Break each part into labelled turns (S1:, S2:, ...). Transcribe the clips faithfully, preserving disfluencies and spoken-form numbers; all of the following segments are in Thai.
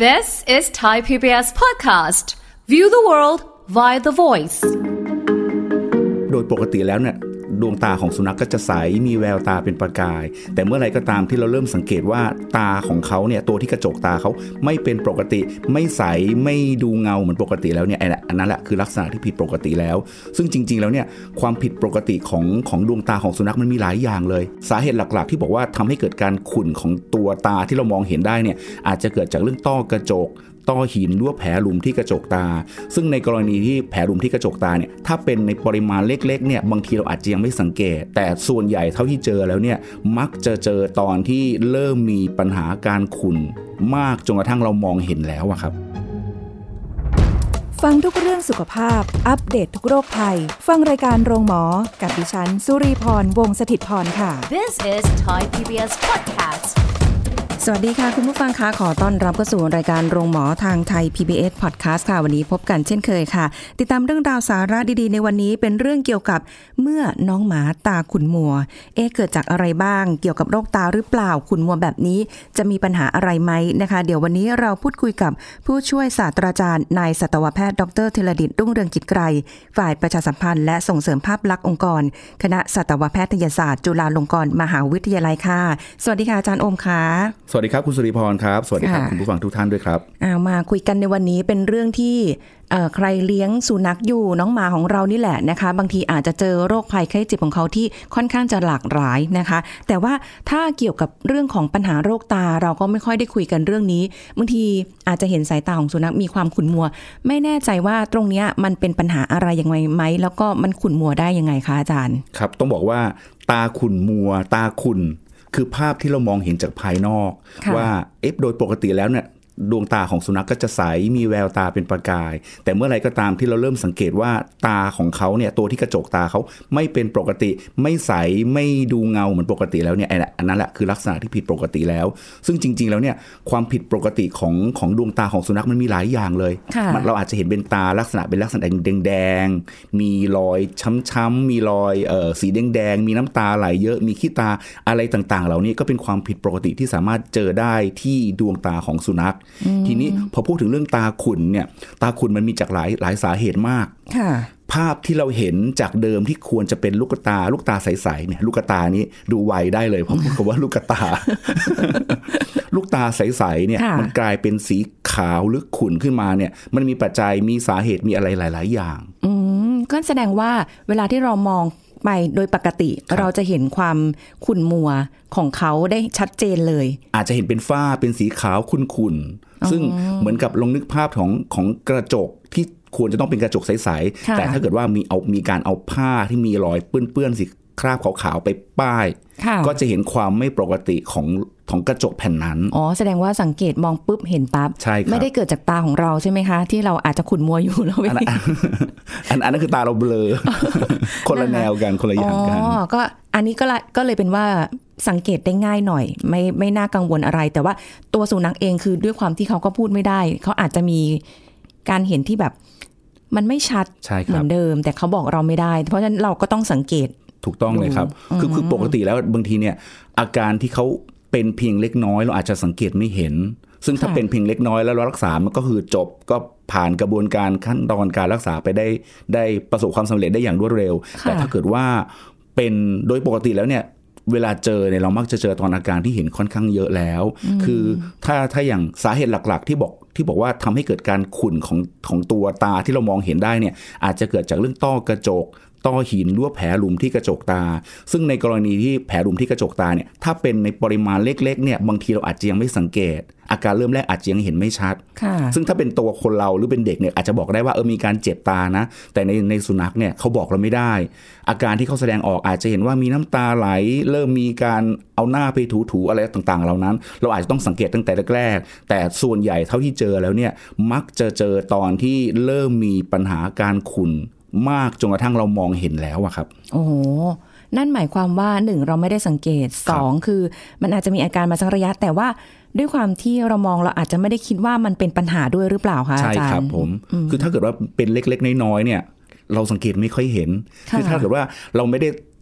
S1: This is Thai พี บี เอส podcast. View the world via the voice.
S2: โดยปกติแล้วเนี่ยดวงตาของสุนัข ก, ก็จะใสมีแววตาเป็นประกายแต่เมื่อไรก็ตามที่เราเริ่มสังเกตว่าตาของเขาเนี่ยตัวที่กระจกตาเขาไม่เป็นปกติไม่ใสไม่ดูเงาเหมือนปกติแล้วเนี่ยอันนั้นแหละคือลักษณะที่ผิดปกติแล้วซึ่งจริงๆแล้วเนี่ยความผิดปกติของของดวงตาของสุนัขมันมีหลายอย่างเลยสาเหตุหลักๆที่บอกว่าทำให้เกิดการขุ่นของตัวตาที่เรามองเห็นได้เนี่ยอาจจะเกิดจากเรื่องต้อกระจกต้อหินหรือว่าแผลหลุมที่กระจกตาซึ่งในกรณีที่แผลหลุมที่กระจกตาเนี่ยถ้าเป็นในปริมาณเล็กๆเนี่ยบางทีเราอาจจะยังไม่สังเกตแต่ส่วนใหญ่เท่าที่เจอแล้วเนี่ยมักจะเจอตอนที่เริ่มมีปัญหาการขุ่นมากจนกระทั่งเรามองเห็นแล้วอะครับ
S3: ฟังทุกเรื่องสุขภาพอัปเดต ท, ทุกโรคภัยฟังรายการโรงหมอกับดิฉันสุรีพรวงศ์สถิตย์พรค่ะ
S1: This is Thai พี บี เอส podcast
S3: สวัสดีค่ะคุณผู้ฟังคะขอต้อนรับเข้าสู่รายการโรงหมอทางไทย พี บี เอส Podcast ค่ะวันนี้พบกันเช่นเคยค่ะติดตามเรื่องราวสาระดีๆในวันนี้เป็นเรื่องเกี่ยวกับเมื่อน้องหมาตาขุ่นมัวเอ๊ะเกิดจากอะไรบ้างเกี่ยวกับโรคตาหรือเปล่าขุ่นมัวแบบนี้จะมีปัญหาอะไรไหมนะคะเดี๋ยววันนี้เราพูดคุยกับผู้ช่วยศาสตราจารย์นายสัตวแพทย์ดร.ธีรดิษฐ์รุ่งเรืองกิจไกรฝ่ายประชาสัมพันธ์และส่งเสริมภาพลักษณ์องค์กรคณะสัตวแพทยศาสตร์จุฬาลงกรณ์มหาวิทยาลัยค่ะสวัสดีค่ะอาจารย์โอมค่ะ
S2: สวัสดีครับคุณสุริพรครับสวัสดีครับคุณผู้ฟังทุกท่านด้วยครับ
S3: เอามาคุยกันในวันนี้เป็นเรื่องที่ใครเลี้ยงสุนัขอยู่น้องหมาของเรานี่แหละนะคะบางทีอาจจะเจอโรคภัยไข้เจ็บของเขาที่ค่อนข้างจะหลากหลายนะคะแต่ว่าถ้าเกี่ยวกับเรื่องของปัญหาโรคตาเราก็ไม่ค่อยได้คุยกันเรื่องนี้บางทีอาจจะเห็นสายตาของสุนัขมีความขุ่นมัวไม่แน่ใจว่าตรงนี้มันเป็นปัญหาอะไรยังไงไหมแล้วก็มันขุ่นมัวได้ยังไงคะอาจารย์
S2: ครับต้องบอกว่าตาขุ่นมัวตาขุ่นคือภาพที่เรามองเห็นจากภายนอกว่าเอฟโดยปกติแล้วเนี่ยดวงตาของสุนัข ก, ก็จะใสมีแววตาเป็นประกายแต่เมื่อไรก็ตามที่เราเริ่มสังเกตว่าตาของเขาเนี่ยตัวที่กระจกตาเขาไม่เป็นปกติไม่ใสไม่ดูเงาเหมือนปกติแล้วเนี่ยอันนั้นแหละคือลักษณะที่ผิดปกติแล้วซึ่งจริงๆแล้วเนี่ยความผิดปกติของของดวงตาของสุนัขมันมีหลายอย่างเลยเราอาจจะเห็นเป็นตาลักษณะเป็นลักษณะแดงๆมีรอยช้ำๆมีรอยเอ่อสีแดงๆมีน้ำตาไหลเยอะมีขี้ตาอะไรต่างๆเหล่านี้ก็เป็นความผิดปกติที่สามารถเจอได้ที่ดวงตาของสุนัขทีนี้พอพูดถึงเรื่องตาขุ่นเนี่ยตาขุ่นมันมีจากหลายหลายสาเหตุมากภาพที่เราเห็นจากเดิมที่ควรจะเป็นลูกตาลูกตาใสๆเนี่ยลูกตานี้ดูไวได้เลยเพราะพูดคำว่าลูกตา ลูกตาใสๆเนี่ยมันกลายเป็นสีขาวหรือขุ่นขึ้นมาเนี่ยมันมีปัจจัยมีสาเหตุมีอะไรหลายๆอย่าง
S3: อืมก็แสดงว่าเวลาที่เรามองไปโดยปกติเราจะเห็นความขุ่นมัวของเขาได้ชัดเจนเลย
S2: อาจจะเห็นเป็นฝ้าเป็นสีขาวขุ่นๆซึ่งเหมือนกับลองนึกภาพของของกระจกที่ควรจะต้องเป็นกระจกใสๆแต่ถ้าเกิดว่ามีเอามีการเอาผ้าที่มีรอยเปื้อนๆสีคราบขาวๆไปป้ายก็จะเห็นความไม่ปกติของของกระจกแผ่นนั้น
S3: อ๋อแสดงว่าสังเกตมองปุ๊บเห็นปั๊บไม่ได้เกิดจากตาของเราใช่ไหมคะที่เราอาจจะขุ่นมัวอยู่แล้วไม่
S2: อันอันนั้นคือตาเราเบลอ คนละแนวกันคนละอย่างกัน
S3: อ๋อก็อันนี้ก็ก็เลยเป็นว่าสังเกตได้ง่ายหน่อยไม่ไม่น่ากังวลอะไรแต่ว่าตัวสุนัขเองคือด้วยความที่เขาก็พูดไม่ได้เขาอาจจะมีการเห็นที่แบบมันไม่ชัดเหมือนเดิมแต่เขาบอกเราไม่ได้เพราะฉะนั้นเราก็ต้องสังเกต
S2: ถูกต้องเลยครับคือคือปกติแล้วบางทีเนี่ยอาการที่เขาเป็นเพียงเล็กน้อยเราอาจจะสังเกตไม่เห็นซึ่งถ้าเป็นเพียงเล็กน้อยแล้วเรารักษามันก็คือจบก็ผ่านกระบวนการขั้นตอนการรักษาไปได้ได้ประสบความสำเร็จได้อย่างรวดเร็วแต่ถ้าเกิดว่าเป็นโดยปกติแล้วเนี่ยเวลาเจอเนี่ยเรามักจะเจอตอนอาการที่เห็นค่อนข้างเยอะแล้วคือถ้าถ้าอย่างสาเหตุหลักๆที่บอกที่บอกว่าทำให้เกิดการขุ่นของของตัวตาที่เรามองเห็นได้เนี่ยอาจจะเกิดจากเรื่องต้อกระจกต้อหินหรือว่าแผลหลุมที่กระจกตาซึ่งในกรณีที่แผลหลุมที่กระจกตาเนี่ยถ้าเป็นในปริมาณเล็กๆเนี่ยบางทีเราอาจจะยังไม่สังเกตอาการเริ่มแรกอาจจะยังเห็นไม่ชัดซึ่งถ้าเป็นตัวคนเราหรือเป็นเด็กเนี่ยอาจจะบอกได้ว่าเออมีการเจ็บตานะแต่ในในสุนัขเนี่ยเขาบอกเราไม่ได้อาการที่เขาแสดงออกอาจจะเห็นว่ามีน้ำตาไหลเริ่มมีการเอาหน้าไปถูๆอะไรต่างๆเหล่านั้นเราอาจจะต้องสังเกตตั้งแต่แรกๆแต่ส่วนใหญ่เท่าที่เจอแล้วเนี่ยมักจะเจอตอนที่เริ่มมีปัญหาการขุ่นมากจนกระทั่งเรามองเห็นแล้วอะครับ
S3: โอ้โหนั่นหมายความว่าหนึ่งเราไม่ได้สังเกตสองคือมันอาจจะมีอาการมาสักระยะแต่ว่าด้วยความที่เรามองเราอาจจะไม่ได้คิดว่ามันเป็นปัญหาด้วยหรือเปล่าคะอาจารย์ใช่
S2: ครับผมคือถ้าเกิดว่าเป็นเล็กๆน้อยๆเนี่ยเราสังเกตไม่ค่อยเห็นคือถ้าเกิดว่าเราไม่ได้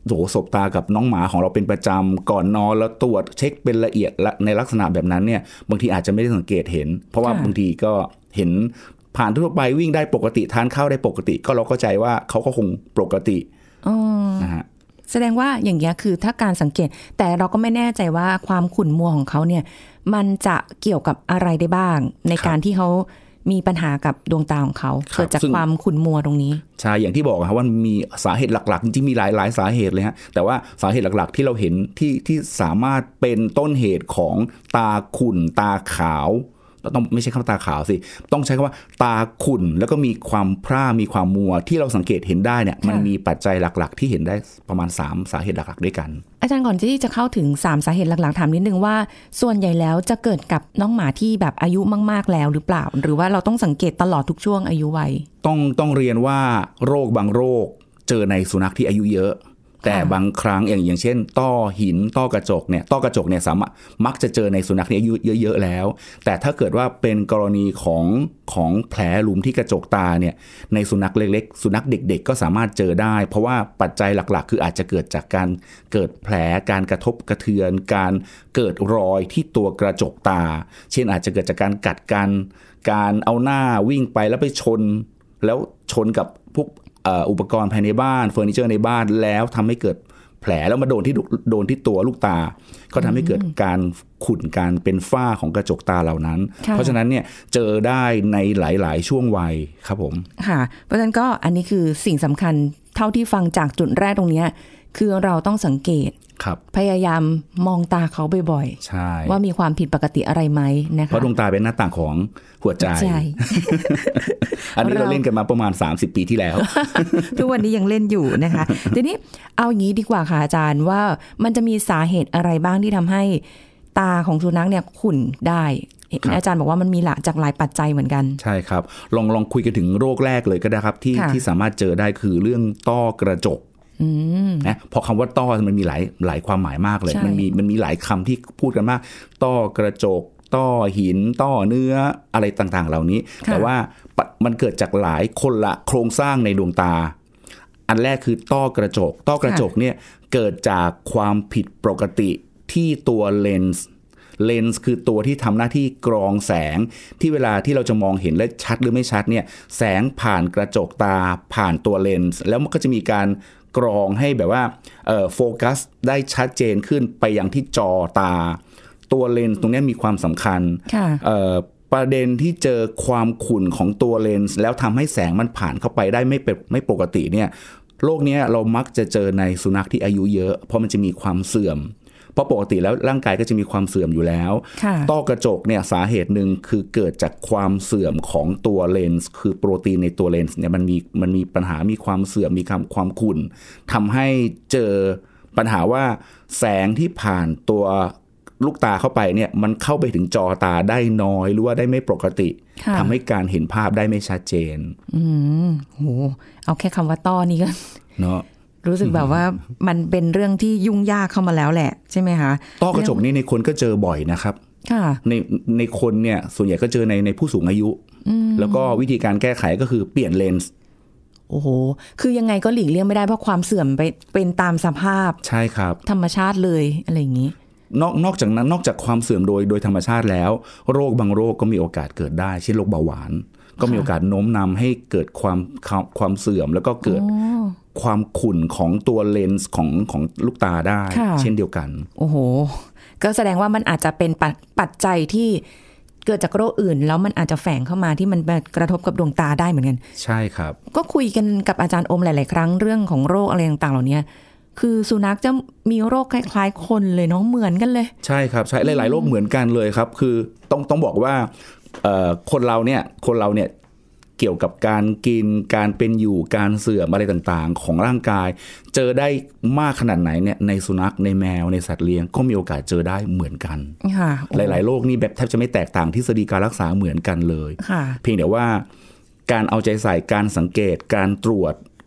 S2: โหสบตากับน้องหมาของเราเป็นประจำก่อนนอนแล้วตรวจเช็คเป็นละเอียดและในลักษณะแบบนั้นเนี่ยบางทีอาจจะไม่ได้สังเกตเห็นเพราะว่าบางทีก็เห็นผ่านทั่วไปวิ่งได้ปกติทานข้าวได้ปกติก็เราเข้าใจว่าเขาก็คงปกตินะฮะ
S3: แสดงว่าอย่างเงี้ยคือถ้าการสังเกตแต่เราก็ไม่แน่ใจว่าความขุ่นมัวของเขาเนี่ยมันจะเกี่ยวกับอะไรได้บ้างในการที่เขามีปัญหากับดวงตาของเขาเกิดจากความขุ่นมัวตรงนี้
S2: ใช่อย่างที่บอกครับว่ามีสาเหตุหลักๆจริงๆมีหลายๆสาเหตุเลยฮะแต่ว่าสาเหตุหลักๆที่เราเห็นที่ที่สามารถเป็นต้นเหตุของตาขุ่นตาขาวต้องไม่ใช่คำว่าตาขาวสิต้องใช้คำว่าตาขุ่นแล้วก็มีความพร่ามีความมัวที่เราสังเกตเห็นได้เนี่ยมันมีปัจจัยหลักๆที่เห็นได้ประมาณสามสาเหตุหลักๆด้วยกัน
S3: อาจารย์ก่อนที่จะเข้าถึงสามสาเหตุหลักๆถามนิดนึงว่าส่วนใหญ่แล้วจะเกิดกับน้องหมาที่แบบอายุมากๆแล้วหรือเปล่าหรือว่าเราต้องสังเกตตลอดทุกช่วงอายุวัย
S2: ต้องต้องเรียนว่าโรคบางโรคเจอในสุนัขที่อายุเยอะแต่บางครั้งอย่างอย่างเช่นต้อหินต้อกระจกเนี่ยต้อกระจกเนี่ยสามารถมักจะเจอในสุนัขที่อายุเยอะๆแล้วแต่ถ้าเกิดว่าเป็นกรณีของของแผลหลุมที่กระจกตาเนี่ยในสุนัขเล็กๆสุนัขเด็กๆก็สามารถเจอได้เพราะว่าปัจจัยหลักๆคืออาจจะเกิดจากการเกิดแผลการกระทบกระเทือนการเกิดรอยที่ตัวกระจกตาเช่นอาจจะเกิดจากการกัดกันการเอาหน้าวิ่งไปแล้วไปชนแล้วชนกับพวกอุปกรณ์ภายในบ้านเฟอร์นิเจอร์ในบ้านแล้วทำให้เกิดแผลแล้วมาโดนที่โดนที่ตัวลูกตาก็ทำให้เกิดการขุ่นการเป็นฝ้าของกระจกตาเหล่านั้นเพราะฉะนั้นเนี่ยเจอได้ในหลายๆช่วงวัยครับผม
S3: ค่ะเพราะฉะนั้นก็อันนี้คือสิ่งสำคัญเท่าที่ฟังจากจุดแรกตรงนี้คือเราต้องสังเกตพยายามมองตาเขาบ่อย
S2: ๆใช่
S3: ว่ามีความผิดปกติอะไรไหมนะคะ
S2: เพราะดวงตาเป็นหน้าต่างของหัวใจ อันนี้เราเล่นกันมาประมาณสามสิบปีที่แล้ว
S3: ทุกวันนี้ยังเล่นอยู่นะคะทีนี้เอาอย่างนี้ดีกว่าค่ะอาจารย์ว่ามันจะมีสาเหตุอะไรบ้างที่ทำให้ตาของสุนัขเนี่ยขุ่นได้อาจารย์บอกว่ามันมีหลายจากหลายปัจจัยเหมือนกัน
S2: ใช่ครับลองลองคุยกันถึงโรคแรกเลยก็ได้ครับที่ที่สามารถเจอได้คือเรื่องต้อกระจกนะพอคำว่าต้อมันมีหลายหลายความหมายมากเลยมันมีมันมีหลายคำที่พูดกันมากต้อกระจกต้อหินต้อเนื้ออะไรต่างๆเหล่านี้แต่ว่ามันเกิดจากหลายคนละโครงสร้างในดวงตาอันแรกคือต้อกระจกต้อกระจกเนี่ยเกิดจากความผิดปกติที่ตัวเลนส์เลนส์คือตัวที่ทำหน้าที่กรองแสงที่เวลาที่เราจะมองเห็นและชัดหรือไม่ชัดเนี่ยแสงผ่านกระจกตาผ่านตัวเลนส์แล้วมันก็จะมีการกรองให้แบบว่าโฟกัสได้ชัดเจนขึ้นไปยังที่จอตาตัวเลนส์ตรงนี้มีความสำคัญประเด็นที่เจอความขุ่นของตัวเลนส์แล้วทำให้แสงมันผ่านเข้าไปได้ไม่เป็นไม่ปกติเนี่ยโรคนี้เรามักจะเจอในสุนัขที่อายุเยอะเพราะมันจะมีความเสื่อมเพราะปกติแล้วร่างกายก็จะมีความเสื่อมอยู่แล้วต้อกระจกเนี่ยสาเหตุหนึ่งคือเกิดจากความเสื่อมของตัวเลนส์คือโปรตีนในตัวเลนส์เนี่ยมันมีมันมีปัญหามีความเสื่อมมีความความขุ่นทำให้เจอปัญหาว่าแสงที่ผ่านตัวลูกตาเข้าไปเนี่ยมันเข้าไปถึงจอตาได้น้อยหรือว่าได้ไม่ปกติทำให้การเห็นภาพได้ไม่ชัดเจน
S3: อืมโหเอาแค่คำว่าต้อนี่ก็
S2: เนาะ
S3: รู้สึกแบบว่ามันเป็นเรื่องที่ยุ่งยากเข้ามาแล้วแหละใช่ไหมคะ
S2: ต้อกระจกนี่ในคนก็เจอบ่อยนะครับในในคนเนี่ยส่วนใหญ่ก็เจอในในผู้สูงอายุแล้วก็วิธีการแก้ไขก็คือเปลี่ยนเลนส์
S3: โอ้โหคือยังไงก็หลีกเลี่ยงไม่ได้เพราะความเสื่อมไปเป็นตามสภาพ
S2: ใช่ครับ
S3: ธรรมชาติเลยอะไรอย่างนี้
S2: นอกนอกจากนั้นนอกจากความเสื่อมโดยโดยธรรมชาติแล้วโรคบางโรคก็มีโอกาสเกิดได้เช่นโรคเบาหวานก็มีโอกาสโน้มนำให้เกิดความความเสื่อมแล้วก็เกิดความขุ่นของตัวเลนส์ของของลูกตาได้เช่นเดียวกัน
S3: โอ้โหก็แสดงว่ามันอาจจะเป็นปัจจัยที่เกิดจากโรคอื่นแล้วมันอาจจะแฝงเข้ามาที่มันกระทบกับดวงตาได้เหมือนกัน
S2: ใช่ครับ
S3: ก็คุยกันกับอาจารย์อมหลายๆครั้งเรื่องของโรคอะไรต่างๆเหล่านี้คือสุนัขจะมีโรคคล้ายๆคนเลยเนาะเหมือนกันเลย
S2: ใช่ครับใช่หลายๆโรคเหมือนกันเลยครับคือต้องต้องบอกว่าคนเราเนี่ยคนเราเนี่ยเกี่ยวกับการกินการเป็นอยู่การเสื่อมอะไรต่างๆของร่างกายเจอได้มากขนาดไหนเนี่ยในสุนัขในแมวในสัตว์เลี้ยงก็มีโอกาสเจอได้เหมือนกันหลายๆโรคนี่แบบแทบจะไม่แตกต่างทฤษฎีการรักษาเหมือนกันเลยเพียงแต่ว่าการเอาใจใส่การสังเกตการตรวจ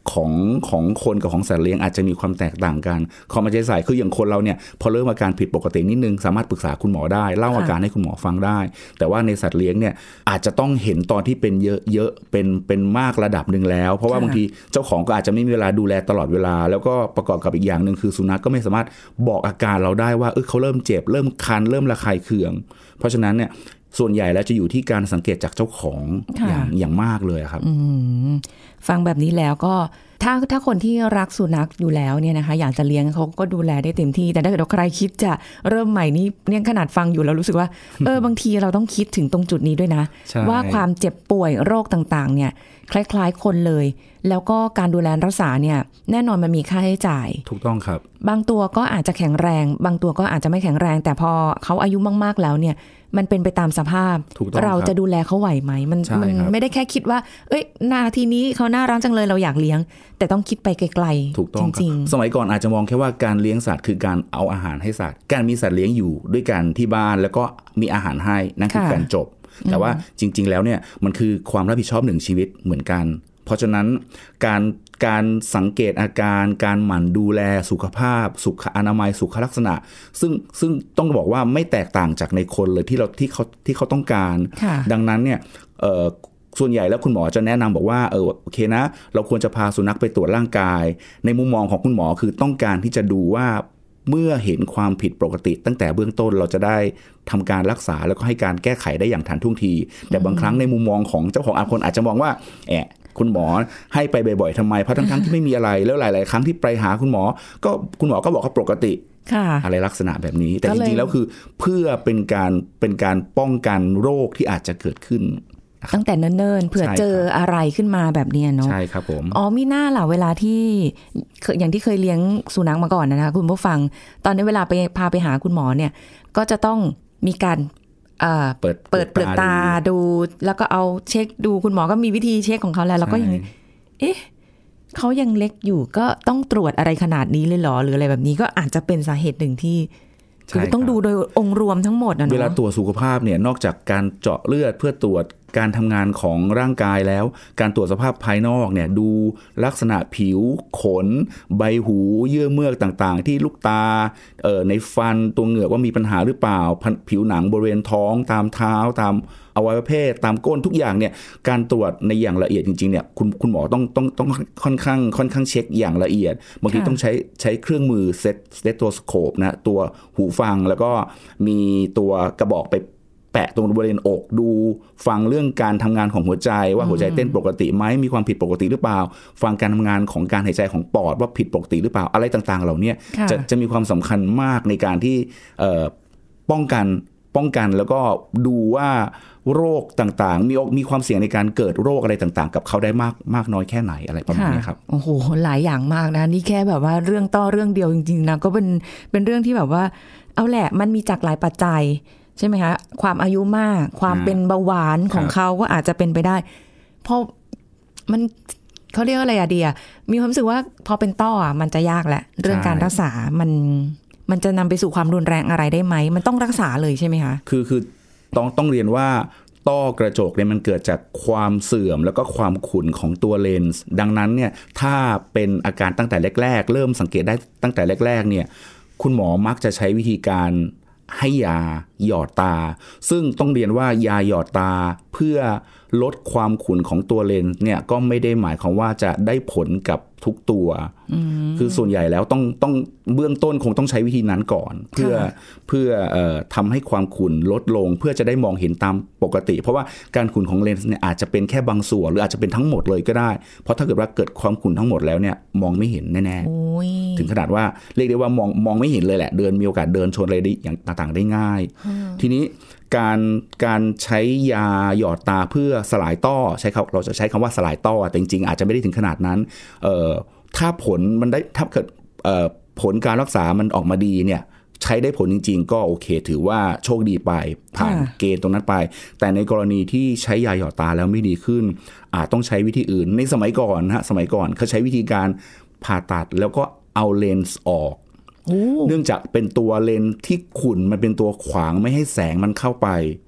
S2: ของของคนกับของสัตว์เลี้ยงอาจจะมีความแตกต่างกันความเอาใจใส่คืออย่างคนเราเนี่ยพอเริ่มอาการผิดปกตินิดนึงสามารถปรึกษาคุณหมอได้เล่าอาการให้คุณหมอฟังได้แต่ว่าในสัตว์เลี้ยงเนี่ยอาจจะต้องเห็นตอนที่เป็นเยอะๆเป็นเป็นมากระดับนึงแล้วเพราะว่าบางทีเจ้าของก็อาจจะไม่มีเวลาดูแลตลอดเวลาแล้วก็ประกอบกับอีกอย่างนึงคือสุนัขก็ไม่สามารถบอกอาการเราได้ว่าเออเขาเริ่มเจ็บเริ่มคันเริ่มระคายเคืองเพราะฉะนั้นเนี่ยส่วนใหญ่แล้วจะอยู่ที่การสังเกตจากเจ้าของอย่างอย่างมากเลยครับ
S3: ฟังแบบนี้แล้วก็ถ้าถ้าคนที่รักสุนัขอยู่แล้วเนี่ยนะคะอยากจะเลี้ยงเขาก็ดูแลได้เต็มที่แต่ถ้าเกิดใครคิดจะเริ่มใหม่นี่เนี่ยขนาดฟังอยู่แล้วรู้สึกว่า เออบางทีเราต้องคิดถึงตรงจุดนี้ด้วยนะว่าความเจ็บป่วยโรคต่างๆเนี่ยคล้ายๆคนเลยแล้วก็การดูแลรักษาเนี่ยแน่นอนมันมีค่าใช้จ่าย
S2: ถูกต้องครับ
S3: บางตัวก็อาจจะแข็งแรงบางตัวก็อาจจะไม่แข็งแรงแต่พอเขาอายุมากๆแล้วเนี่ยมันเป็นไปตามสภาพเราจะดูแลเขาไหวไหมมันมันไม่ได้แค่คิดว่าเอ้ยนาทีนี้เขาน่ารักจังเลยเราอยากเลี้ยงแต่ต้องคิดไปไกลๆจริง
S2: ๆสมัยก่อนอาจจะมองแค่ว่าการเลี้ยงสัตว์คือการเอาอาหารให้สัตว์การมีสัตว์เลี้ยงอยู่ด้วยกันที่บ้านแล้วก็มีอาหารให้นั่นคือการจบแต่ว่าจริงๆแล้วเนี่ยมันคือความรับผิดชอบหนึ่งชีวิตเหมือนกันเพราะฉะนั้นการการสังเกตอาการการหมั่นดูแลสุขภาพสุขอนามัยสุขลักษณะซึ่งซึ่งต้องบอกว่าไม่แตกต่างจากในคนเลยที่เราที่เขาที่เขาต้องการดังนั้นเนี่ยส่วนใหญ่แล้วคุณหมอจะแนะนำบอกว่าเออโอเคนะเราควรจะพาสุนัขไปตรวจร่างกายในมุมมองของคุณหมอคือต้องการที่จะดูว่าเมื่อเห็นความผิดปกติตั้งแต่เบื้องต้นเราจะได้ทำการรักษาแล้วก็ให้การแก้ไขได้อย่างทันท่วงทีแต่บางครั้งในมุมมองของเจ้าของอาคนอาจจะมองว่าแอะคุณหมอให้ไปบ่อยๆทำไมเพราะทั้งๆที่ไม่มีอะไรแล้วหลายๆครั้งที่ไปหาคุณหมอก็คุณหมอก็บอกว่าปกติอะไรลักษณะแบบนี้แต่จริงๆแล้วคือเพื่อเป็นการเป็นการป้องกันโรคที่อาจจะเกิดขึ้น
S3: ตั้งแต่เนิ่นๆเผื่อเจออะไรขึ้นมาแบบนี้เนาะ
S2: ใช่ครับผม
S3: อ๋อมีหน้าล่ะเวลาที่อย่างที่เคยเลี้ยงสุนัขมาก่อนนะคะคุณผู้ฟังตอนนี้เวลาไปพาไปหาคุณหมอเนี่ยก็จะต้องมีการเปิดเปิดเปลือกตาดูแล้วก็เอาเช็คดูคุณหมอก็มีวิธีเช็คของเขาแล้วแล้วก็อย่างนี้เอ๊ะเขายังเล็กอยู่ก็ต้องตรวจอะไรขนาดนี้เลยเหรอหรืออะไรแบบนี้ก็อาจจะเป็นสาเหตุหนึ่งที่คือต้องดูโดยองค์รวมทั้งหมดนะเนาะ
S2: เวลาตรวจสุขภาพเนี่ยนอกจากการเจาะเลือดเพื่อตรวจการทำงานของร่างกายแล้วการตรวจสภาพภายนอกเนี่ยดูลักษณะผิวขนใบหูเยื่อเมือกต่างๆที่ลูกตาเอ่อในฟันตัวเหงือกว่ามีปัญหาหรือเปล่าผิวหนังบริเวณท้องตามเท้าตามอวัยวะเพศตามก้นทุกอย่างเนี่ยการตรวจในอย่างละเอียดจริงๆเนี่ยคุณคุณหมอต้องต้องต้องค่อนข้างค่อนข้างเช็คอย่างละเอียดบางทีต้องใช้ใช้เครื่องมือเซตสเตโตสโคปนะตัวหูฟังแล้วก็มีตัวกระบอกไปแปะตรงบริเวณอกดูฟังเรื่องการทำงานของหัวใจว่าหัวใจเต้นปกติไหมมีความผิดปกติหรือเปล่าฟังการทำงานของการหายใจของปอดว่าผิดปกติหรือเปล่าอะไรต่างๆเหล่านี้จะจะมีความสำคัญมากในการที่ป้องกันป้องกันแล้วก็ดูว่าโรคต่างๆมีมีความเสี่ยงในการเกิดโรคอะไรต่างๆกับเขาได้มากมากน้อยแค่ไหนอะไรประมาณนี้ครับ
S3: โอ้โหหลายอย่างมากนะนี่แค่แบบว่าเรื่องต่อเรื่องเดียวจริงๆนะก็เป็นเป็นเรื่องที่แบบว่าเอาแหละมันมีจากหลายปัจจัยใช่ไหมคะความอายุมากความเป็นเบาหวานของเขาก็อาจจะเป็นไปได้เพราะมันเขาเรียกอะไรอะเดียมีความรู้สึกว่าพอเป็นต้ออ่ะมันจะยากแหละเรื่องการรักษามันมันจะนำไปสู่ความรุนแรงอะไรได้ไหมมันต้องรักษาเลยใช่ไหมคะ
S2: คือคือต้องต้องเรียนว่าต้อกระจกเนี่ยมันเกิดจากความเสื่อมแล้วก็ความขุ่นของตัวเลนส์ดังนั้นเนี่ยถ้าเป็นอาการตั้งแต่แรกๆเริ่มสังเกตได้ตั้งแต่แรกๆเนี่ยคุณหมอมักจะใช้วิธีการให้ยาหยอดตาซึ่งต้องเรียนว่ายาหยอดตาเพื่อลดความขุ่นของตัวเลนส์เนี่ยก็ไม่ได้หมายความว่าจะได้ผลกับทุกตัวคือส่วนใหญ่แล้วต้องต้องเบื้องต้นคงต้องใช้วิธีนั้นก่อนเพื่อเพื่อเอ่อทำให้ความขุ่นลดลงเพื่อจะได้มองเห็นตามปกติเพราะว่าการขุ่นของเลนส์เนี่ยอาจจะเป็นแค่บางส่วนหรืออาจจะเป็นทั้งหมดเลยก็ได้เพราะถ้าเกิดว่าเกิดความขุ่นทั้งหมดแล้วเนี่ยมองไม่เห็นแน่ๆถึงขนาดว่าเรียกได้ว่ามองมองไม่เห็นเลยแหละเดินมีโอกาสเดินชนอะไรได้อย่างต่างๆได้ง่ายทีนี้การการใช้ยาหยอดตาเพื่อสลายต้อใช้เราจะใช้คำว่าสลายต้อแต่จริงๆอาจจะไม่ได้ถึงขนาดนั้นเอ่อถ้าผลมันได้ถ้าเกิดผลการรักษามันออกมาดีเนี่ยใช้ได้ผลจริงๆก็โอเคถือว่าโชคดีไปผ่านเกณฑ์ตรงนั้นไปแต่ในกรณีที่ใช้ยาหยอดตาแล้วไม่ดีขึ้นอาจต้องใช้วิธีอื่นในสมัยก่อนนะสมัยก่อนเขาใช้วิธีการผ่าตัดแล้วก็เอาเลนส์ออกเนื่องจากเป็นตัวเลนส์ที่ขุ่นมันเป็นตัวขวางไม่ให้แสงมันเข้าไป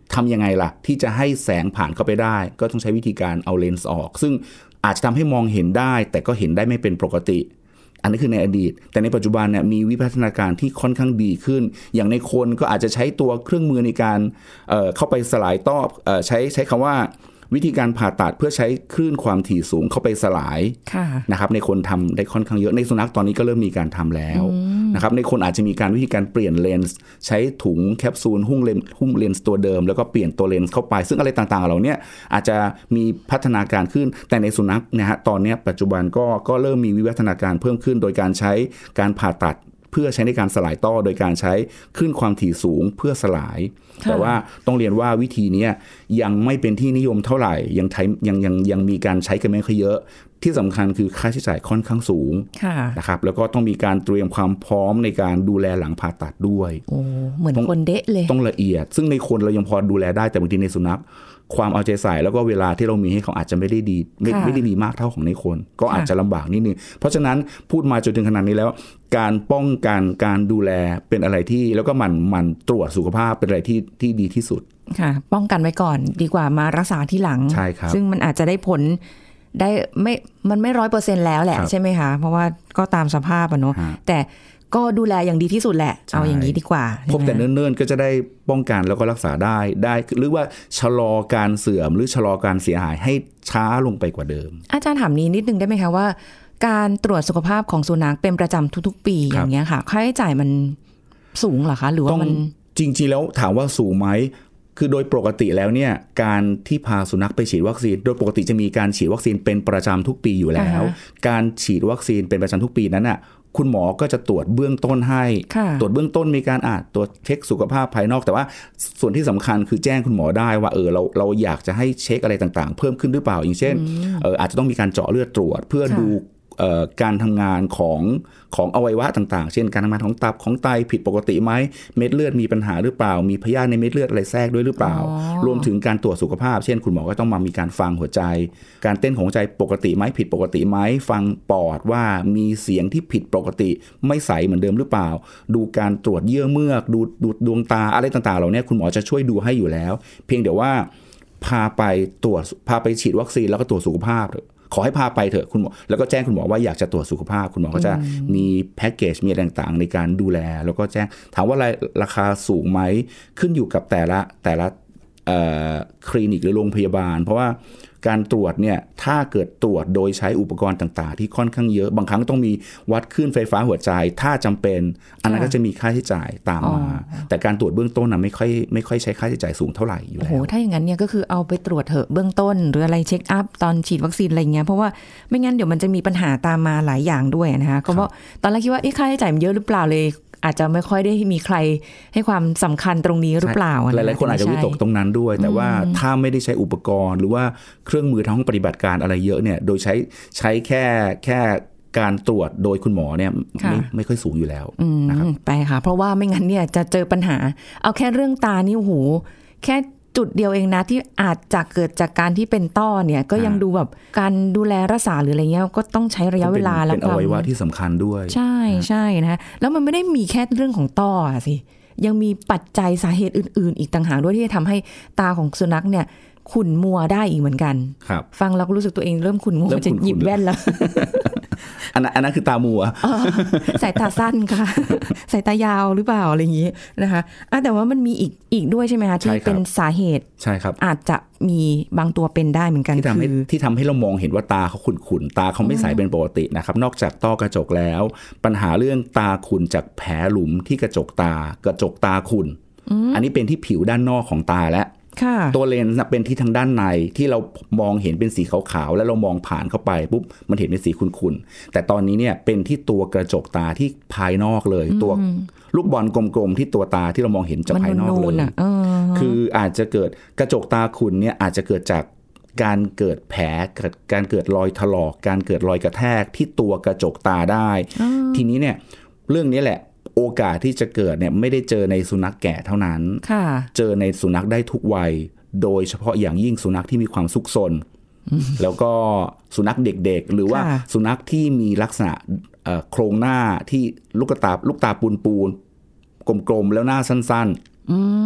S2: ทำยังไงล่ะที่จะให้แสงผ่านเข้าไปได้ก็ต้องใช้วิธีการเอาเลนส์ออกซึ่งอาจจะทำให้มองเห็นได้แต่ก็เห็นได้ไม่เป็นปกติอันนี้คือในอดีตแต่ในปัจจุบันเนี่ยมีวิวัฒนาการที่ค่อนข้างดีขึ้นอย่างในคนก็อาจจะใช้ตัวเครื่องมือในการเอ่อเข้าไปสลายต้อเอ่อใช้ใช้คำว่าวิธีการผ่าตัดเพื่อใช้คลื่นความถี่สูงเข้าไปสลายนะครับในคนทำได้ค่อนข้างเยอะในสุนัขตอนนี้ก็เริ่มมีการทำแล้วนะครับในคนอาจจะมีการวิธีการเปลี่ยนเลนส์ใช้ถุงแคปซูลหุ้มเลนส์หุ้มเลนส์ตัวเดิมแล้วก็เปลี่ยนตัวเลนส์เข้าไปซึ่งอะไรต่างๆเหล่านี้อาจจะมีพัฒนาการขึ้นแต่ในสุนัขนะฮะตอนนี้ปัจจุบันก็ก็เริ่มมีวิวัฒนาการเพิ่มขึ้นโดยการใช้การผ่าตัดเพื่อใช้ในการสลายต้อโดยการใช้คลื่นความถี่สูงเพื่อสลายแต่ว่าต้องเรียนว่าวิธีนี้ยังไม่เป็นที่นิยมเท่าไหร่ยังใช้ยังยังยังมีการใช้กันไม่ค่อยเยอะที่สำคัญคือค่าใช้จ่ายค่อนข้างสูงนะครับแล้วก็ต้องมีการเตรียมความพร้อมในการดูแลหลังผ่าตัดด้วย
S3: โอ้เหมือนคนเดะเลย
S2: ต้องละเอียดซึ่งในคนเรายังพอดูแลได้แต่บางทีในสุนัขความเอาใจใส่แล้วก็เวลาที่เรามีให้เขาอาจจะไม่ได้ดีไม่ไม่ได้มีมากเท่าของในคนก็อาจจะลำบากนิดนึงเพราะฉะนั้นพูดมาจนถึงขนาดนี้แล้วการป้องกันการดูแลเป็นอะไรที่แล้วก็มันมันตรวจสุขภาพเป็นอะไรที่ที่ดีที่สุด
S3: ค่ะป้องกันไว้ก่อนดีกว่ามารักษาที่หลัง
S2: ใช่ครับ
S3: ซึ่งมันอาจจะได้ผลได้ไม่มันไม่ร้อยเปอร์เซ็นต์แล้วแหละใช่ไหมคะเพราะว่าก็ตามสภาพอะเนาะแต่ก็ดูแลอย่างดีที่สุดแหละเอาอย่างนี้ดีกว่า
S2: พบแต่เนิ่นๆก็จะได้ป้องกันแล้วก็รักษาได้ได้หรือว่าชะลอการเสื่อมหรือชะลอการเสียหายให้ช้าลงไปกว่าเดิม
S3: อาจารย์ถามนี้นิดนึงได้ไหมคะว่าการตรวจสุขภาพของสุนัขเป็นประจำทุกๆปีอย่างเงี้ยค่ะค่าใช้จ่ายมันสูงเหรอคะหรือว่ามัน
S2: จริงๆแล้วถามว่าสูงไหมคือโดยปกติแล้วเนี่ยการที่พาสุนัขไปฉีดวัคซีนโดยปกติจะมีการฉีดวัคซีนเป็นประจำทุกปีอยู่แล้ว uh-huh. การฉีดวัคซีนเป็นประจำทุกปีนั้นน่ะคุณหมอก็จะตรวจเบื้องต้นให้ตรวจเบื้องต้นมีการอ่านตรวจเช็คสุขภาพภายนอกแต่ว่าส่วนที่สำคัญคือแจ้งคุณหมอได้ว่าเออเราเราอยากจะให้เช็คอะไรต่างๆเพิ่มขึ้นหรือเปล่าอย่างเช่นเอออาจจะต้องมีการเจาะเลือดตรวจเพื่อดูการทำงานของของอวัยวะต่างๆเช่นการทำงานของตับของไตผิดปกติไหมเม็ดเลือดมีปัญหาหรือเปล่ามีพยาธิในเม็ดเลือดอะไรแทรกด้วยหรือเปล่ารวมถึงการตรวจสุขภาพเช่นคุณหมอก็ต้องมามีการฟังหัวใจการเต้นของหัวใจปกติไหมผิดปกติไหมฟังปอดว่ามีเสียงที่ผิดปกติไม่ใสเหมือนเดิมหรือเปล่าดูการตรวจเยื่อเมือกดูดูดวงตาอะไรต่างๆเหล่านี้คุณหมอจะช่วยดูให้อยู่แล้วเพียงแต่ว่าพาไปตรวจพาไปฉีดวัคซีนแล้วก็ตรวจสุขภาพขอให้พาไปเถอะคุณหมอแล้วก็แจ้งคุณหมอว่าอยากจะตรวจสุขภาพคุณหมอก็จะมีแพ็กเกจมีอะไรต่างๆในการดูแลแล้วก็แจ้งถามว่าราคาสูงไหมขึ้นอยู่กับแต่ละแต่ละคลินิกหรือโรงพยาบาลเพราะว่าการตรวจเนี่ยถ้าเกิดตรวจโดยใช้อุปกรณ์ต่างๆที่ค่อนข้างเยอะบางครั้งต้องมีวัดคลื่นไฟฟ้าหัวใจถ้าจำเป็นอันนั้นก็จะมีค่าใช้จ่ายตามมาแต่การตรวจเบื้องต้นนะไม่ค่อยไม่ค่อยใช้ค่าใช้จ่ายสูงเท่าไหร่อยู่แล้ว
S3: โอ้โหถ้าอย่างนั้นเนี่ยก็คือเอาไปตรวจเถอะเบื้องต้นหรืออะไรเช็คอัพตอนฉีดวัคซีนอะไรเงี้ยเพราะว่าไม่งั้นเดี๋ยวมันจะมีปัญหาตามมาหลายอย่างด้วยนะคะก็เพราะตอนแรกคิดว่าค่าใช้จ่ายมันเยอะหรือเปล่าเลยอาจจะไม่ค่อยได้มีใครให้ความสำคัญตรงนี้หรือเปล่า
S2: หลายๆคนอาจจะวิตกตรงนั้นด้วยแต่ว่าถ้าไม่ได้ใช้อุปกรณ์หรือว่าเครื่องมือทางห้องปฏิบัติการอะไรเยอะเนี่ยโดยใช้ใช้แค่แค่การตรวจโดยคุณหมอเนี่ยไม่ไม่ค่อยสูงอยู่แล้วนะครับ
S3: ไปค่ะเพราะว่าไม่งั้นเนี่ยจะเจอปัญหาเอาแค่เรื่องตานี่โอ้โหแค่จุดเดียวเองนะที่อาจจะเกิดจากการที่เป็นต้อเนี่ยก็ยังดูแบบการดูแลรักษาหรืออะไรเงี้ยก็ต้องใช้ระยะเวลาแล้ว
S2: เป็นอวัยวะที่สำคัญด้วย
S3: ใช่ใช่นะแล้วมันไม่ได้มีแค่เรื่องของต้อสิยังมีปัจจัยสาเหตุอื่นๆอีกต่างหากด้วยที่จะทำให้ตาของสุนัขเนี่ยขุ่นมัวได้อีกเหมือนกันฟังแล้วก็รู้สึกตัวเองเริ่มขุ่นมัวจะหยิบแว่นแล้ว
S2: อันนั้นอันนั้นคือตามัว
S3: สายตาสั้นค่ะสายตายาวหรือเปล่าอะไรอย่างนี้นะคะแต่ว่ามันมีอีกอีกด้วยใช่ไหมคะที่เป็นสาเหตุ
S2: ใช่ครับ
S3: อาจจะมีบางตัวเป็นได้เหมือนกัน
S2: ที่ทำให้ที่ทำให้เรามองเห็นว่าตาเขาขุ่นๆตาเขาไม่ใสเป็นปกตินะครับนอกจากต้อกระจกแล้วปัญหาเรื่องตาขุ่นจากแผลหลุมที่กระจกตากระจกตาขุ่น อ, อันนี้เป็นที่ผิวด้านนอกของตาและตัวเลนส์เป็นที่ทางด้านในที่เรามองเห็นเป็นสีขาวๆแล้วเรามองผ่านเข้าไปปุ๊บมันเห็นเป็นสีขุ่นๆแต่ตอนนี้เนี่ยเป็นที่ตัวกระจกตาที่ภายนอกเลยตัวลูกบอลกลมๆที่ตัวตาที่เรามองเห็นจากภายนอกเลยคืออาจจะเกิดกระจกตาขุ่นเนี่ยอาจจะเกิดจากการเกิดแผลการเกิดรอยถลอกการเกิดรอยกระแทกที่ตัวกระจกตาได้ทีนี้เนี่ยเรื่องนี้แหละโอกาสที่จะเกิดเนี่ยไม่ได้เจอในสุนัขแก่เท่านั้นเจอในสุนัขได้ทุกวัยโดยเฉพาะอย่างยิ่งสุนัขที่มีความซุกซนแล้วก็สุนัขเด็กๆหรือว่าสุนัขที่มีลักษณะโครงหน้าที่ลูกตาลูกตาปูนๆกลมๆแล้วหน้าสั้นๆ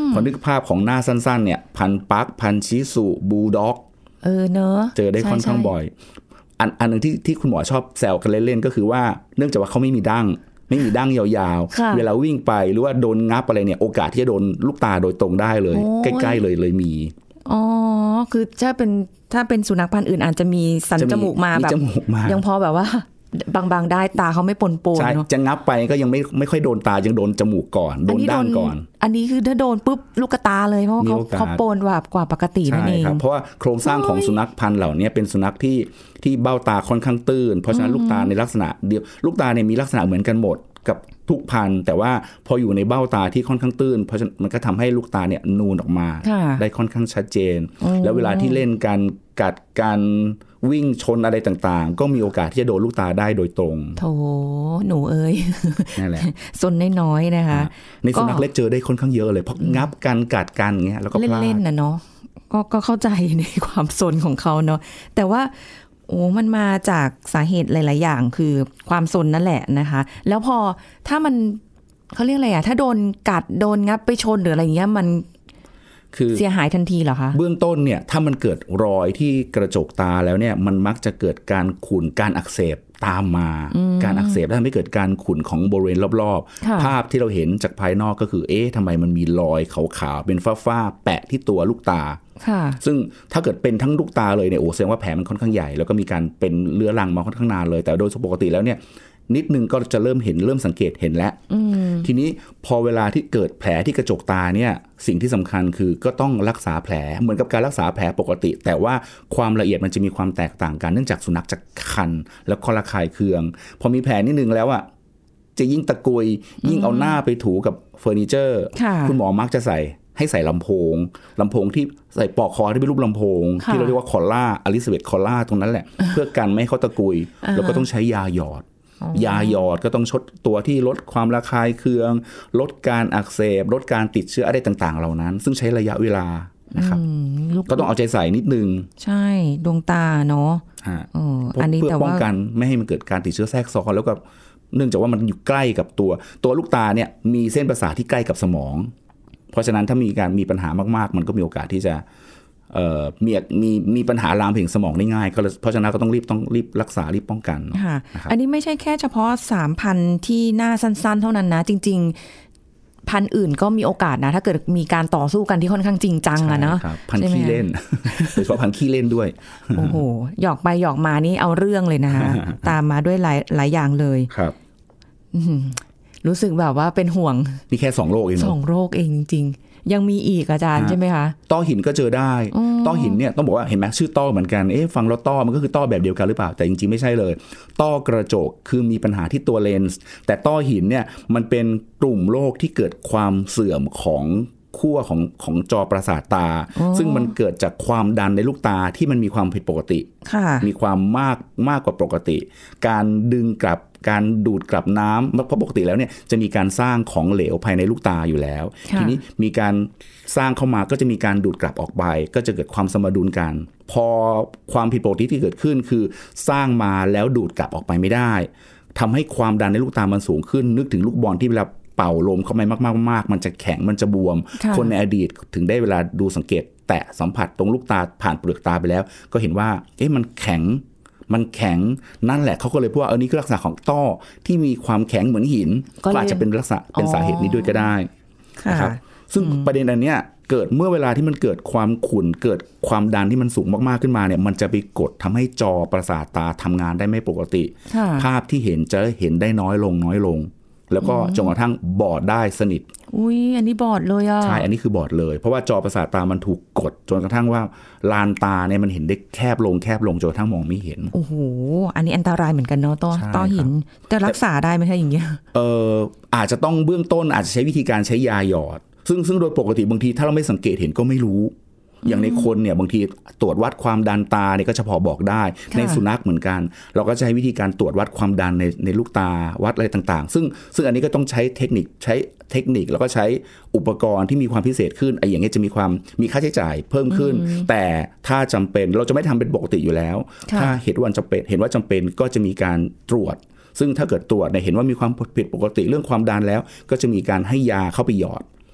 S2: พอนึกภาพของหน้าสั้นๆเนี่ยพันธุ์ปักพันธุ์ชิสุบูลด็อก
S3: เออเนอะ
S2: เจอได้ค่อนข้างบ่อยอันอันนึงที่ที่คุณหมอชอบแซวกันเล่นๆก็คือว่าเนื่องจากว่าเขาไม่มีดั้งไม่มีดั้งยาวๆเวลาวิ่งไปหรือว่าโดนงับอะไรเนี่ยโอกาสที่จะโดนลูกตาโดยตรงได้เลยใกล้ๆเลยเลยมี
S3: อ๋อคือถ้าเป็นถ้าเป็นสุนัขพันธุ์อื่นอาจจะมีสันจมูกมาแบบยังพอแบบว่าบางๆได้ตาเขาไม่ปนโปนเนาะ
S2: จะงับไปก็ยังไม่ไม่ค่อยโดนตายังโดนจมูกก่อนโดนดั้งก่อน
S3: อันนี้คือถ้าโดนปุ๊บลูกตาเลยเพราะเขาเขาโปนแบบกว่าปกตินั่นเอง
S2: ใช่ครับเพราะว่าโครงสร้างของสุนัขพันธุ์เหล่านี้เป็นสุนัขที่ที่เบ้าตาค่อนข้างตื้นเพราะฉะนั้นลูกตาในลักษณะเดียวลูกตาเนี่ยมีลักษณะเหมือนกันหมดกับทุกพันธุ์แต่ว่าพออยู่ในเบ้าตาที่ค่อนข้างตื้นเพราะฉะนั้นมันก็ทำให้ลูกตาเนี่ยนูนออกมาได้ค่อนข้างชัดเจนแล้วเวลาที่เล่นการกัดการวิ่งชนอะไรต่างๆก็มีโอกาสที่จะโดนลูกตาได้โดยตรง
S3: โถหนูเอ้ย
S2: นั่นแหละ
S3: ซนน้อยๆนะคะ
S2: ในสุนัขเล็กเจอได้ค่อนข้างเยอะเลยเพราะงับกันกัดกันอย่างเงี้ยแล้วก็พลาด
S3: เล่นๆนะเนาะก็ก็เข้าใจในความซนของเขาเนาะแต่ว่าโอ้มันมาจากสาเหตุหลายๆอย่างคือความซนนั่นแหละนะคะแล้วพอถ้ามันเขาเรียกอะไรอ่ะถ้าโดนกัดโดนงับไปชนหรืออะไรเงี้ยมันคือเสียหายทันทีเหรอคะ
S2: เบื้องต้นเนี่ยถ้ามันเกิดรอยที่กระจกตาแล้วเนี่ยมันมักจะเกิดการขุ่นการอักเสบตามมาการอักเสบทำให้เกิดการขุ่นของบริเวณรอบๆภาพที่เราเห็นจากภายนอกก็คือเอ๊ะทำไมมันมีรอยขาวๆเป็นฝ้าๆแปะที่ตัวลูกตาซึ่งถ้าเกิดเป็นทั้งลูกตาเลยเนี่ยโอ้แสดงว่าแผลมันค่อนข้างใหญ่แล้วก็มีการเป็นเรื้อรังมาค่อนข้างนานเลยแต่โดยปกติแล้วเนี่ยนิดนึงก็จะเริ่มเห็นเริ่มสังเกตเห็นแล้วทีนี้พอเวลาที่เกิดแผลที่กระจกตาเนี่ยสิ่งที่สำคัญคือก็ต้องรักษาแผลเหมือนกับการรักษาแผลปกติแต่ว่าความละเอียดมันจะมีความแตกต่างกันเนื่องจากสุนัขจะคันแล้วก็ระคายเคืองพอมีแผลนิดนึงแล้วอ่ะจะยิ่งตะกุยยิ่งเอาหน้าไปถูกับเฟอร์นิเจอร์คุณหมอมักจะใส่ให้ใส่ลำโพงลำโพงที่ใส่ปลอกคอที่เป็นรูปลำโพงที่เราเรียกว่าคอลล่าอลิซาเบธคอลล่าตรงนั้นแหละเพื่อกันไม่ให้เขาตะกุยแล้วก็ต้องใช้ยาหยอดยาหยอดก็ต้องชดตัวที่ลดความระคายเคืองลดการอักเสบลดการติดเชื้ออะไรต่างๆเหล่านั้นซึ่งใช้ระยะเวลานะครับก็ต้องเอาใจใส่นิดนึง
S3: ใช่ดวงตาเนาะ
S2: อันนี้เพื่อป้องกันไม่ให้มันเกิดการติดเชื้อแทรกซ้อนแล้วก็เนื่องจากว่ามันอยู่ใกล้กับตัวตัวลูกตาเนี่ยมีเส้นประสาทที่ใกล้กับสมองเพราะฉะนั้นถ้ามีการมีปัญหามากๆมันก็มีโอกาสที่จะเอ่อมีมีมีปัญหาลามไปถึงสมองได้ง่ายก็เพราะฉะนั้นก็ต้องรีบต้องรีบรักษารีบป้องกัน
S3: ค่ะอันนี้ไม่ใช่แค่เฉพาะสามพันที่หน้าสั้นๆเท่านั้นนะจริงๆพันอื่นก็มีโอกาสนะถ้าเกิดมีการต่อสู้กันที่ค่อนข้างจริงจังอะเนาะ
S2: พันขี้เล่นโดยเฉพาะพันขี้เล่นด้วย
S3: โอ้โหหยอกไปหยอกมานี่เอาเรื่องเลยนะคะตามมาด้วยหลายหลายอย่างเลย
S2: ครับ
S3: รู้สึกแบบว่าเป็นห่วง
S2: นี่แค่สองโรคเอง
S3: สองโรคเองจริงๆยังมีอีกอาจารย์ใช่ไหมคะ
S2: ต้อหินก็เจอได้ต้อหินเนี่ยต้องบอกว่าเห็นไหมชื่อต้อเหมือนกันเอ๊ะฟังแล้วต้อมันก็คือต้อแบบเดียวกันหรือเปล่าแต่จริงๆไม่ใช่เลยต้อกระจกคือมีปัญหาที่ตัวเลนส์แต่ต้อหินเนี่ยมันเป็นกลุ่มโรคที่เกิดความเสื่อมของขั้วของของจอประสาทตาซึ่งมันเกิดจากความดันในลูกตาที่มันมีความผิดปกติมีความมากมากกว่าปกติการดึงกลับการดูดกลับน้ำเพราะปกติแล้วเนี่ยจะมีการสร้างของเหลวภายในลูกตาอยู่แล้วทีนี้มีการสร้างเข้ามาก็จะมีการดูดกลับออกไปก็จะเกิดความสมดุลกันพอความผิดปกติที่เกิดขึ้นคือสร้างมาแล้วดูดกลับออกไปไม่ได้ทำให้ความดันในลูกตามันสูงขึ้นนึกถึงลูกบอลที่เวลาเป่าลมเข้าไปมากๆมันจะแข็งมันจะบวมคนในอดีตถึงได้เวลาดูสังเกตแตะสัมผัสตรงลูกตาผ่านเปลือกตาไปแล้วก็เห็นว่าเอ๊ะมันแข็งมันแข็งนั่นแหละเขาก็เลยพูดว่าเออนี่คือลักษณะของต้อที่มีความแข็งเหมือนหินก็อาจจะเป็นลักษณะเป็นสาเหตุนี้ด้วยก็ได้นะครับซึ่งประเด็นอันเนี้ยเกิดเมื่อเวลาที่มันเกิดความขุ่นเกิดความดันที่มันสูงมากๆขึ้นมาเนี่ยมันจะไปกดทำให้จอประสาทตาทำงานได้ไม่ปกติภาพที่เห็นจะเห็นได้น้อยลงน้อยลงแล้วก็จนกระทั่งบอดได้สนิท
S3: อุ้ยอันนี้บอดเลยอ่ะ
S2: ใช่อันนี้คือบอดเลยเพราะว่าจอประสาทตามันถูกกดจนกระทั่งว่าลานตาเนี่ยมันเห็นได้แคบลงแคบลงจนกระทั่งมองไม่เห็น
S3: โอ้โหอันนี้อันตรายเหมือนกันเนาะต้อต้อหินจะรักษาได้ไหมคะอย่างเงี้ย
S2: เอออาจจะต้องเบื้องต้นอาจจะใช้วิธีการใช้ยาหยอดซึ่งซึ่งโดยปกติบางทีถ้าเราไม่สังเกตเห็นก็ไม่รู้อย่างในคนเนี่ยบางทีตรวจวัดความดันตาเนี่ยก็เฉพาะบอกได้ในสุนัขเหมือนกันเราก็ใช้วิธีการตรวจวัดความดันในในลูกตาวัดอะไรต่างๆซึ่งซึ่งอันนี้ก็ต้องใช้เทคนิคใช้เทคนิคแล้วก็ใช้อุปกรณ์ที่มีความพิเศษขึ้นไอ้อย่างนี้จะมีความมีค่าใช้จ่ายเพิ่มขึ้นแต่ถ้าจำเป็นเราจะไม่ทำเป็นปกติอยู่แล้วถ้าเห็นว่าจำเป็นเห็นว่าจำเป็นก็จะมีการตรวจซึ่งถ้าเกิดตรวจเนี่ยเห็นว่ามีความผิดปกติเรื่องความดันแล้วก็จะมีการให้ยาเข้าไปหยอด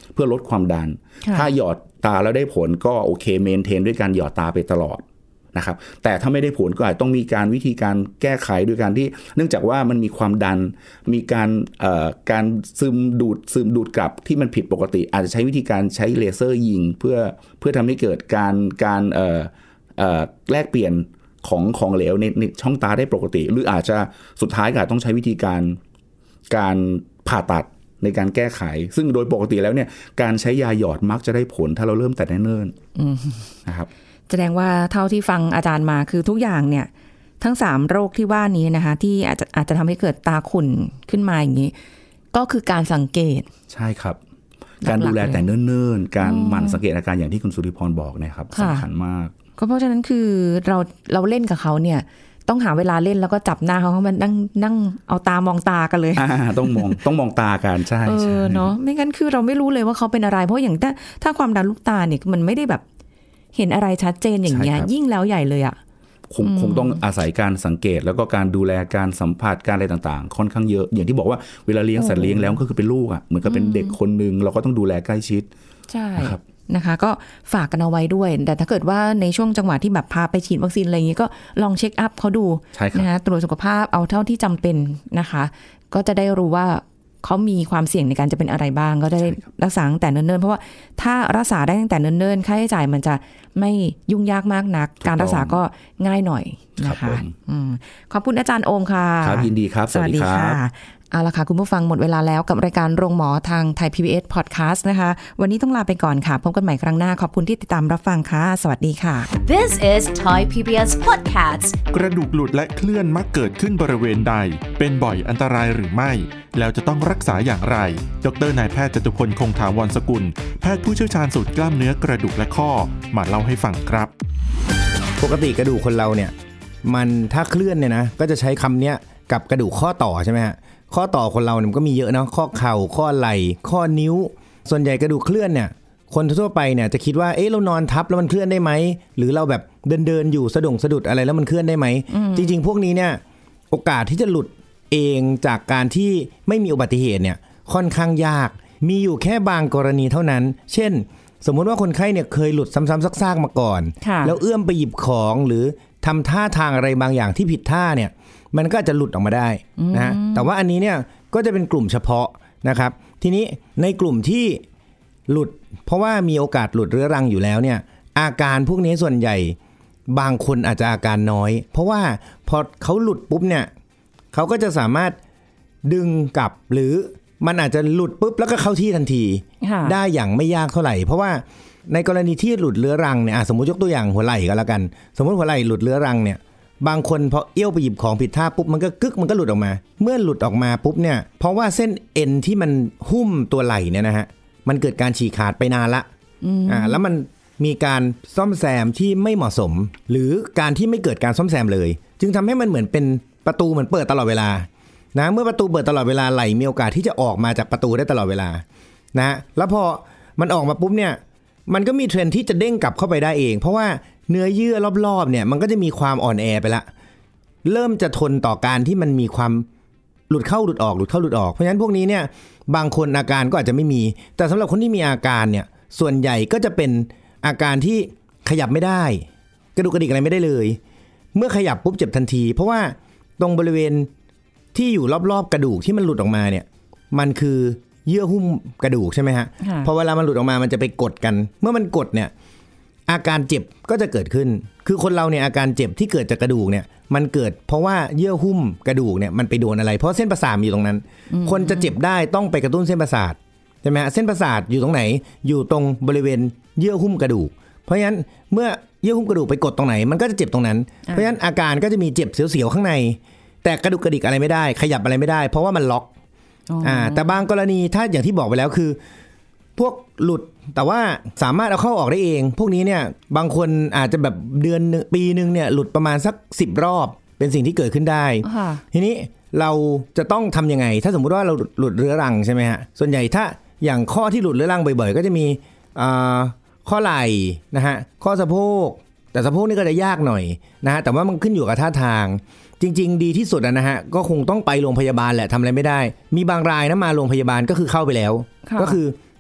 S2: เพื่อลดความดันถ้าหยอดตาแล้วได้ผลก็โอเคเมนเทนด้วยการหยอดตาไปตลอดนะครับแต่ถ้าไม่ได้ผลก็อาจต้องมีการวิธีการแก้ไขด้วยการที่เนื่องจากว่ามันมีความดันมีการเอ่อการซึมดูดซึมดูดกลับที่มันผิดปกติอาจจะใช้วิธีการใช้เลเซอร์ยิงเพื่อเพื่อทำให้เกิดการการเอ่อเอ่อแลกเปลี่ยนของของเหลวในในช่องตาได้ปกติหรืออาจจะสุดท้ายก็ต้องใช้วิธีการการผ่าตัดในการแก้ไขซึ่งโดยปกติแล้วเนี่ยการใช้ยาหยอดมักจะได้ผลถ้าเราเริ่มแต่เนิ่นๆนะครับ
S3: แสดงว่าเท่าที่ฟังอาจารย์มาคือทุกอย่างเนี่ยทั้งสามโรคที่ว่านี้นะคะที่อาจจะอาจจะทำให้เกิดตาขุ่นขึ้นมาอย่างนี้ก็คือการสังเกต
S2: ใช่ครับการดูแลแต่เนิ่นๆการหมั่นสังเกตอาการอย่างที่คุณสุริพรบอกนะครับสำคัญมาก
S3: ก็เพราะฉะนั้นคือเราเราเล่นกับเขาเนี่ยต้องหาเวลาเล่นแล้วก็จับหน้าเขามันนั่งนั่งเอาตามองตากันเลย
S2: ต้องมองต้องมองตากันใช่
S3: เออเนาะไม่งั้นคือเราไม่รู้เลยว่าเขาเป็นอะไรเพราะอย่างถ้าถ้าความดันลูกตาเนี่ยมันไม่ได้แบบเห็นอะไรชัดเจนอย่างเงี้ยยิ่งแล้วใหญ่เลยอ่ะ
S2: คงคงต้องอาศัยการสังเกตแล้วก็การดูแลการสัมผัสการอะไรต่างๆค่อนข้างเยอะอย่างที่บอกว่าเวลาเลี้ยงสัตว์เลี้ยงแล้วก็คือเป็นลูกอ่ะเหมือนกับเป็นเด็กคนนึงเราก็ต้องดูแลใกล้ชิด
S3: ใช่นะคะก็ฝากกันเอาไว้ด้วยแต่ถ้าเกิดว่าในช่วงจังหวะที่แบบพาไปฉีดวัคซีนอะไรอย่างนี้ก็ลองเช็คอัพเขาดูนะคะตรวจสุขภาพเอาเท่าที่จำเป็นนะคะก็จะได้รู้ว่าเขามีความเสี่ยงในการจะเป็นอะไรบ้างก็ได้รักษาตั้งแต่เนิ่นๆเพราะว่าถ้ารักษาได้ตั้งแต่เนิ่นๆค่าใช้จ่ายมันจะไม่ยุ่งยากมากนักการรักษาก็ง่ายหน่อยนะคะขอบคุณอาจารย์โอมค่ะ
S2: ครับยินดีครับ
S3: สวัสดีค่ะเอาละค่ะคุณผู้ฟังหมดเวลาแล้วกับรายการโรงหมอทางไทย พี บี เอส Podcast นะคะวันนี้ต้องลาไปก่อนค่ะพบกันใหม่ครั้งหน้าขอบคุณที่ติดตามรับฟังค่ะสวัสดีค่ะ
S1: This is Thai พี บี เอส Podcast
S4: กระดูกหลุดและเคลื่อนมักเกิดขึ้นบริเวณใดเป็นบ่อยอันตรายหรือไม่แล้วจะต้องรักษาอย่างไรดร.นายแพทย์จตุพลคงถาวรสกุลแพทย์ผู้เชี่ยวชาญสูตรกล้ามเนื้อกระดูกและข้อมาเล่าให้ฟังครับ
S5: ปกติกระดูกคนเราเนี่ยมันถ้าเคลื่อนเนี่ยนะก็จะใช้คำเนี้ยกับกระดูกข้อต่อใช่ไหมฮะข้อต่อคนเราเนี่ยมันก็มีเยอะเนาะข้อเข่าข้อไหล่ข้อนิ้วส่วนใหญ่กระดูกเคลื่อนเนี่ยคนทั่วไปเนี่ยจะคิดว่าเอ๊ะเรานอนทับแล้วมันเคลื่อนได้ไหมหรือเราแบบเดินเดินอยู่สะดุ้งสะดุดอะไรแล้วมันเคลื่อนได้ไหมจริงๆพวกนี้เนี่ยโอกาสที่จะหลุดเองจากการที่ไม่มีอุบัติเหตุเนี่ยค่อนข้างยากมีอยู่แค่บางกรณีเท่านั้นเช่นสมมุติว่าคนไข้เนี่ยเคยหลุดซ้ำๆซากๆมาก่อนแล้วเอื้อมไปหยิบของหรือทำท่าทางอะไรบางอย่างที่ผิดท่าเนี่ยมันก็จะหลุดออกมาได้นะแต่ว่าอันนี้เนี่ยก็จะเป็นกลุ่มเฉพาะนะครับทีนี้ในกลุ่มที่หลุดเพราะว่ามีโอกาสหลุดเรื้อรังอยู่แล้วเนี่ยอาการพวกนี้ส่วนใหญ่บางคนอาจจะอาการน้อยเพราะว่าพอเขาหลุดปุ๊บเนี่ยเขาก็จะสามารถดึงกลับหรือมันอาจจะหลุดปุ๊บแล้วก็เข้าที่ทันทีได้อย่างไม่ยากเท่าไหร่เพราะว่าในกรณีที่หลุดเรื้อรังเนี่ยสมมติยกตัวอย่างหัวไหล่ก็แล้วกันสมมติหัวไหล่หลุดเรื้อรังเนี่ยบางคนพอเอี้ยวไปหยิบของผิดท่าปุ๊บมันก็กึกมันก็หลุดออกมาเมื่อหลุดออกมาปุ๊บเนี่ยเพราะว่าเส้นเอ็นที่มันหุ้มตัวไหล่เนี่ยนะฮะมันเกิดการฉีกขาดไปนานละอ่าแล้วมันมีการซ่อมแซมที่ไม่เหมาะสมหรือการที่ไม่เกิดการซ่อมแซมเลยจึงทำให้มันเหมือนเป็นประตูเหมือนเปิดตลอดเวลานะเมื่อประตูเปิดตลอดเวลาไหล่มีโอกาสที่จะออกมาจากประตูได้ตลอดเวลานะแล้วพอมันออกมาปุ๊บเนี่ยมันก็มีเทรนด์ที่จะเด้งกลับเข้าไปได้เองเพราะว่าเนื้อเยื่อรอบๆเนี่ยมันก็จะมีความอ่อนแอไปละเริ่มจะทนต่อการที่มันมีความหลุดเข้าหลุดออกหลุดเข้าหลุดออกเพราะฉะนั้นพวกนี้เนี่ยบางคนอาการก็อาจจะไม่มีแต่สำหรับคนที่มีอาการเนี่ยส่วนใหญ่ก็จะเป็นอาการที่ขยับไม่ได้กระดูกกระดิกอะไรไม่ได้เลยเมื่อขยับปุ๊บเจ็บทันทีเพราะว่าตรงบริเวณที่อยู่รอบๆกระดูกที่มันหลุดออกมาเนี่ยมันคือเยื่อหุ้มกระดูกใช่ไหมฮะพอเวลามันหลุดออกมามันจะไปกดกันเมื่อมันกดเนี่ยอาการเจ็บก็จะเกิดขึ้นคือคนเราเนี่ยอาการเจ็บที่เกิดจากกระดูกเนี่ยมันเกิดเพราะว่าเยื่อหุ้มกระดูกเนี่ยมันไปโดนอะไรเพราะเส้นประสาทอยู่ตรงนั้นคนจะเจ็บได้ต้องไปกระตุ้นเส้นประสาทใช่ไหมฮะเส้นประสาทอยู่ตรงไหนอยู่ตรงบริเวณเยื่อหุ้มกระดูกเพราะฉะนั้นเมื่อเยื่อหุ้มกระดูกไปกดตรงไหนมันก็จะเจ็บตรงนั้นเพราะฉะนั้นอาการก็จะมีเจ็บเสียวๆข้างในแต่กระดูกกระดิกอะไรไม่ได้ขยับอะไรไม่ได้เพราะว่ามันล็อกอ่าแต่บางกรณีถ้าอย่างที่บอกไปแล้วคือพวกหลุดแต่ว่าสามารถเอาเข้าออกได้เองพวกนี้เนี่ยบางคนอาจจะแบบเดือนปีนึงเนี่ยหลุดประมาณสักสิบรอบเป็นสิ่งที่เกิดขึ้นได้ทีนี้เราจะต้องทำยังไงถ้าสมมุติว่าเราหลุดเรื้อรังใช่ไหมฮะส่วนใหญ่ถ้าอย่างข้อที่หลุดเรื้อรังบ่อยๆก็จะมีข้อไหล่นะฮะข้อสะโพกแต่สะโพกนี่ก็จะยากหน่อยนะฮะแต่ว่ามันขึ้นอยู่กับท่าทางจริงๆดีที่สุดนะฮะก็คงต้องไปโรงพยาบาลแหละทำอะไรไม่ได้มีบางรายนะมาโรงพยาบาลก็คือเข้าไปแล้วก็คือ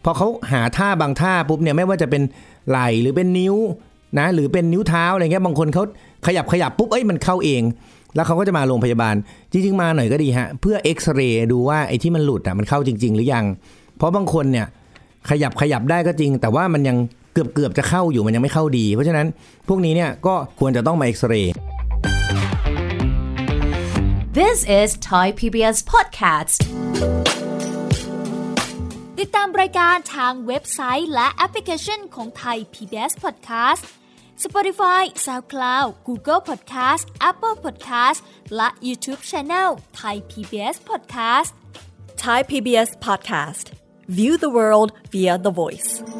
S5: พอเขาหาท่าบางท่าปุ๊บเนี่ยไม่ว่าจะเป็นไหล่หรือเป็นนิ้วนะหรือเป็นนิ้วเท้าอะไรเงี้ยบางคนเขาขยับขยับปุ๊บเอ้ยมันเข้าเองแล้วเขาก็จะมาโรงพยาบาลจริงๆมาหน่อยก็ดีฮะเพื่อเอ็กซเรย์ดูว่าไอ้ที่มันหลุดอ่ะมันเข้าจริงๆหรือยังเพราะบางคนเนี่ยขยับขยับได้ก็จริงแต่ว่ามันยังเกือบเกือบจะเข้าอยู่มันยังไม่เข้าดีเพราะฉะนั้นพวกนี้เนี่ยก็ควรจะต้องมาเอ็กซเรย์
S1: This is Thai พี บี เอส Podcast
S6: ติดตามรายการทางเว็บไซต์และแอปพลิเคชันของ Thai พี บี เอส Podcast Spotify, SoundCloud, Google Podcast, Apple Podcast และ YouTube Channel Thai พี บี เอส Podcast
S7: Thai พี บี เอส Podcast View the world via the voice